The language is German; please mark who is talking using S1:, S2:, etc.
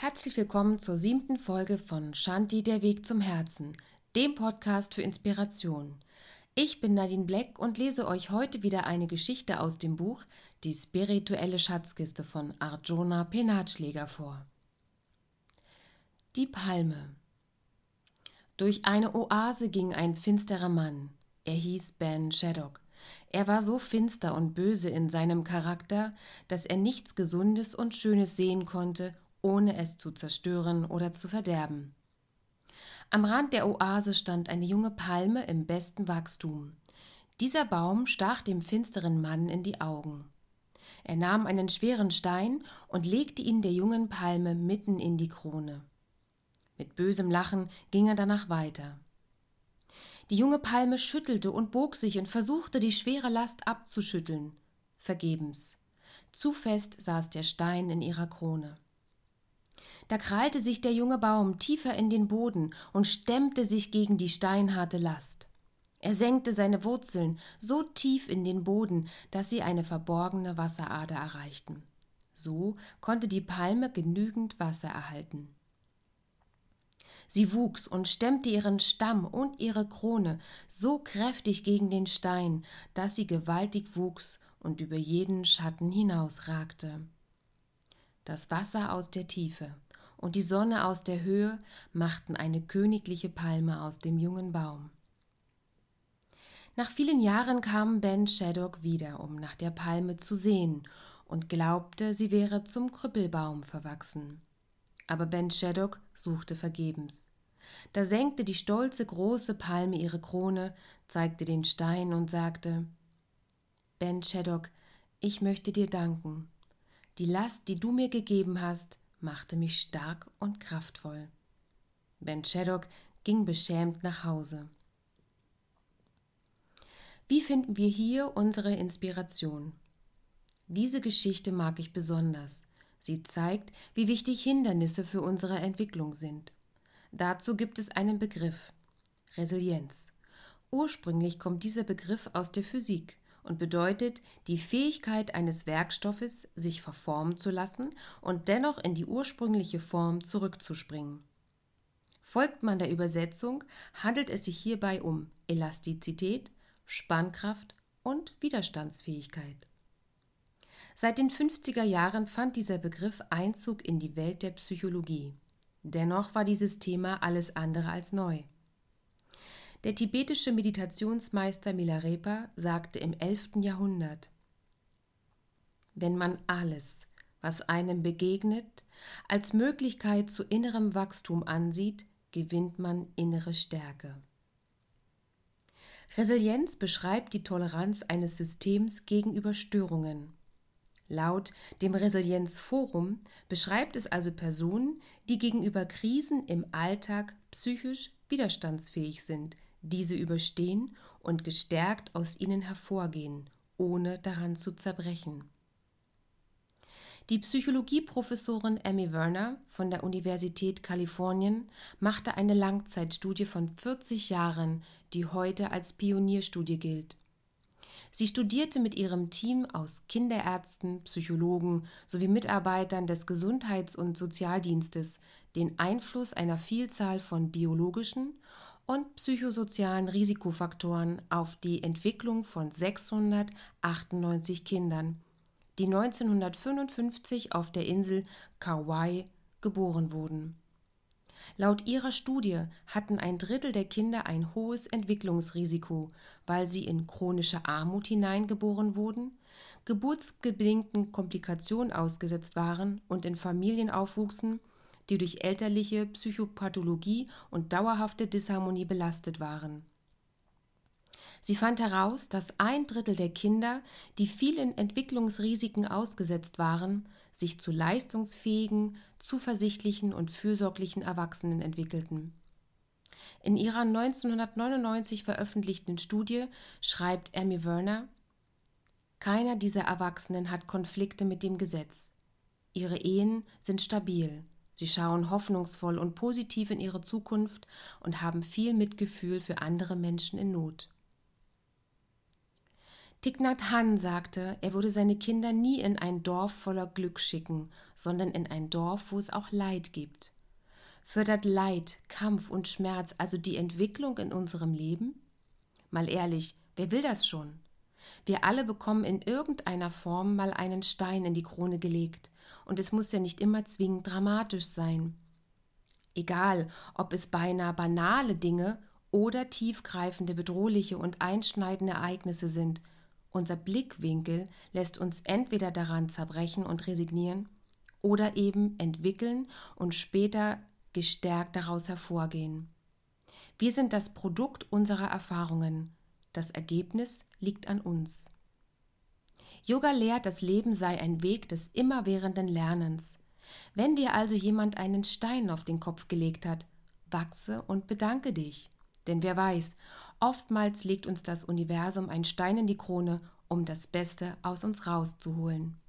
S1: Herzlich willkommen zur 7. Folge von Shanti, der Weg zum Herzen, dem Podcast für Inspiration. Ich bin Nadine Black und lese euch heute wieder eine Geschichte aus dem Buch Die spirituelle Schatzkiste von Arjuna Penatschläger vor. Die Palme. Durch eine Oase ging ein finsterer Mann. Er hieß Ben Shaddock. Er war so finster und böse in seinem Charakter, dass er nichts Gesundes und Schönes sehen konnte, ohne es zu zerstören oder zu verderben. Am Rand der Oase stand eine junge Palme im besten Wachstum. Dieser Baum stach dem finsteren Mann in die Augen. Er nahm einen schweren Stein und legte ihn der jungen Palme mitten in die Krone. Mit bösem Lachen ging er danach weiter. Die junge Palme schüttelte und bog sich und versuchte, die schwere Last abzuschütteln. Vergebens. Zu fest saß der Stein in ihrer Krone. Da krallte sich der junge Baum tiefer in den Boden und stemmte sich gegen die steinharte Last. Er senkte seine Wurzeln so tief in den Boden, dass sie eine verborgene Wasserader erreichten. So konnte die Palme genügend Wasser erhalten. Sie wuchs und stemmte ihren Stamm und ihre Krone so kräftig gegen den Stein, dass sie gewaltig wuchs und über jeden Schatten hinausragte. Das Wasser aus der Tiefe und die Sonne aus der Höhe machten eine königliche Palme aus dem jungen Baum. Nach vielen Jahren kam Ben Shaddock wieder, um nach der Palme zu sehen, und glaubte, sie wäre zum Krüppelbaum verwachsen. Aber Ben Shaddock suchte vergebens. Da senkte die stolze große Palme ihre Krone, zeigte den Stein und sagte: Ben Shaddock, ich möchte dir danken. Die Last, die du mir gegeben hast, machte mich stark und kraftvoll. Ben Shaddock ging beschämt nach Hause. Wie finden wir hier unsere Inspiration? Diese Geschichte mag ich besonders. Sie zeigt, wie wichtig Hindernisse für unsere Entwicklung sind. Dazu gibt es einen Begriff: Resilienz. Ursprünglich kommt dieser Begriff aus der Physik und bedeutet die Fähigkeit eines Werkstoffes, sich verformen zu lassen und dennoch in die ursprüngliche Form zurückzuspringen. Folgt man der Übersetzung, handelt es sich hierbei um Elastizität, Spannkraft und Widerstandsfähigkeit. Seit den 50er Jahren fand dieser Begriff Einzug in die Welt der Psychologie. Dennoch war dieses Thema alles andere als neu. Der tibetische Meditationsmeister Milarepa sagte im 11. Jahrhundert: Wenn man alles, was einem begegnet, als Möglichkeit zu innerem Wachstum ansieht, gewinnt man innere Stärke. Resilienz beschreibt die Toleranz eines Systems gegenüber Störungen. Laut dem Resilienzforum beschreibt es also Personen, die gegenüber Krisen im Alltag psychisch widerstandsfähig sind, diese überstehen und gestärkt aus ihnen hervorgehen, ohne daran zu zerbrechen. Die Psychologieprofessorin Amy Werner von der Universität Kalifornien machte eine Langzeitstudie von 40 Jahren, die heute als Pionierstudie gilt. Sie studierte mit ihrem Team aus Kinderärzten, Psychologen sowie Mitarbeitern des Gesundheits- und Sozialdienstes den Einfluss einer Vielzahl von biologischen und psychosozialen Risikofaktoren auf die Entwicklung von 698 Kindern, die 1955 auf der Insel Kauai geboren wurden. Laut ihrer Studie hatten 1/3 der Kinder ein hohes Entwicklungsrisiko, weil sie in chronische Armut hineingeboren wurden, geburtsbedingten Komplikationen ausgesetzt waren und in Familien aufwuchsen, die durch elterliche Psychopathologie und dauerhafte Disharmonie belastet waren. Sie fand heraus, dass 1/3 der Kinder, die vielen Entwicklungsrisiken ausgesetzt waren, sich zu leistungsfähigen, zuversichtlichen und fürsorglichen Erwachsenen entwickelten. In ihrer 1999 veröffentlichten Studie schreibt Amy Werner: Keiner dieser Erwachsenen hat Konflikte mit dem Gesetz. Ihre Ehen sind stabil. Sie schauen hoffnungsvoll und positiv in ihre Zukunft und haben viel Mitgefühl für andere Menschen in Not. Thich Nhat Hanh sagte, er würde seine Kinder nie in ein Dorf voller Glück schicken, sondern in ein Dorf, wo es auch Leid gibt. Fördert Leid, Kampf und Schmerz also die Entwicklung in unserem Leben? Mal ehrlich, wer will das schon? Wir alle bekommen in irgendeiner Form mal einen Stein in die Krone gelegt, und es muss ja nicht immer zwingend dramatisch sein. Egal, ob es beinahe banale Dinge oder tiefgreifende, bedrohliche und einschneidende Ereignisse sind, unser Blickwinkel lässt uns entweder daran zerbrechen und resignieren oder eben entwickeln und später gestärkt daraus hervorgehen. Wir sind das Produkt unserer Erfahrungen. Das Ergebnis liegt an uns. Yoga lehrt, das Leben sei ein Weg des immerwährenden Lernens. Wenn dir also jemand einen Stein auf den Kopf gelegt hat, wachse und bedanke dich. Denn wer weiß, oftmals legt uns das Universum einen Stein in die Krone, um das Beste aus uns rauszuholen.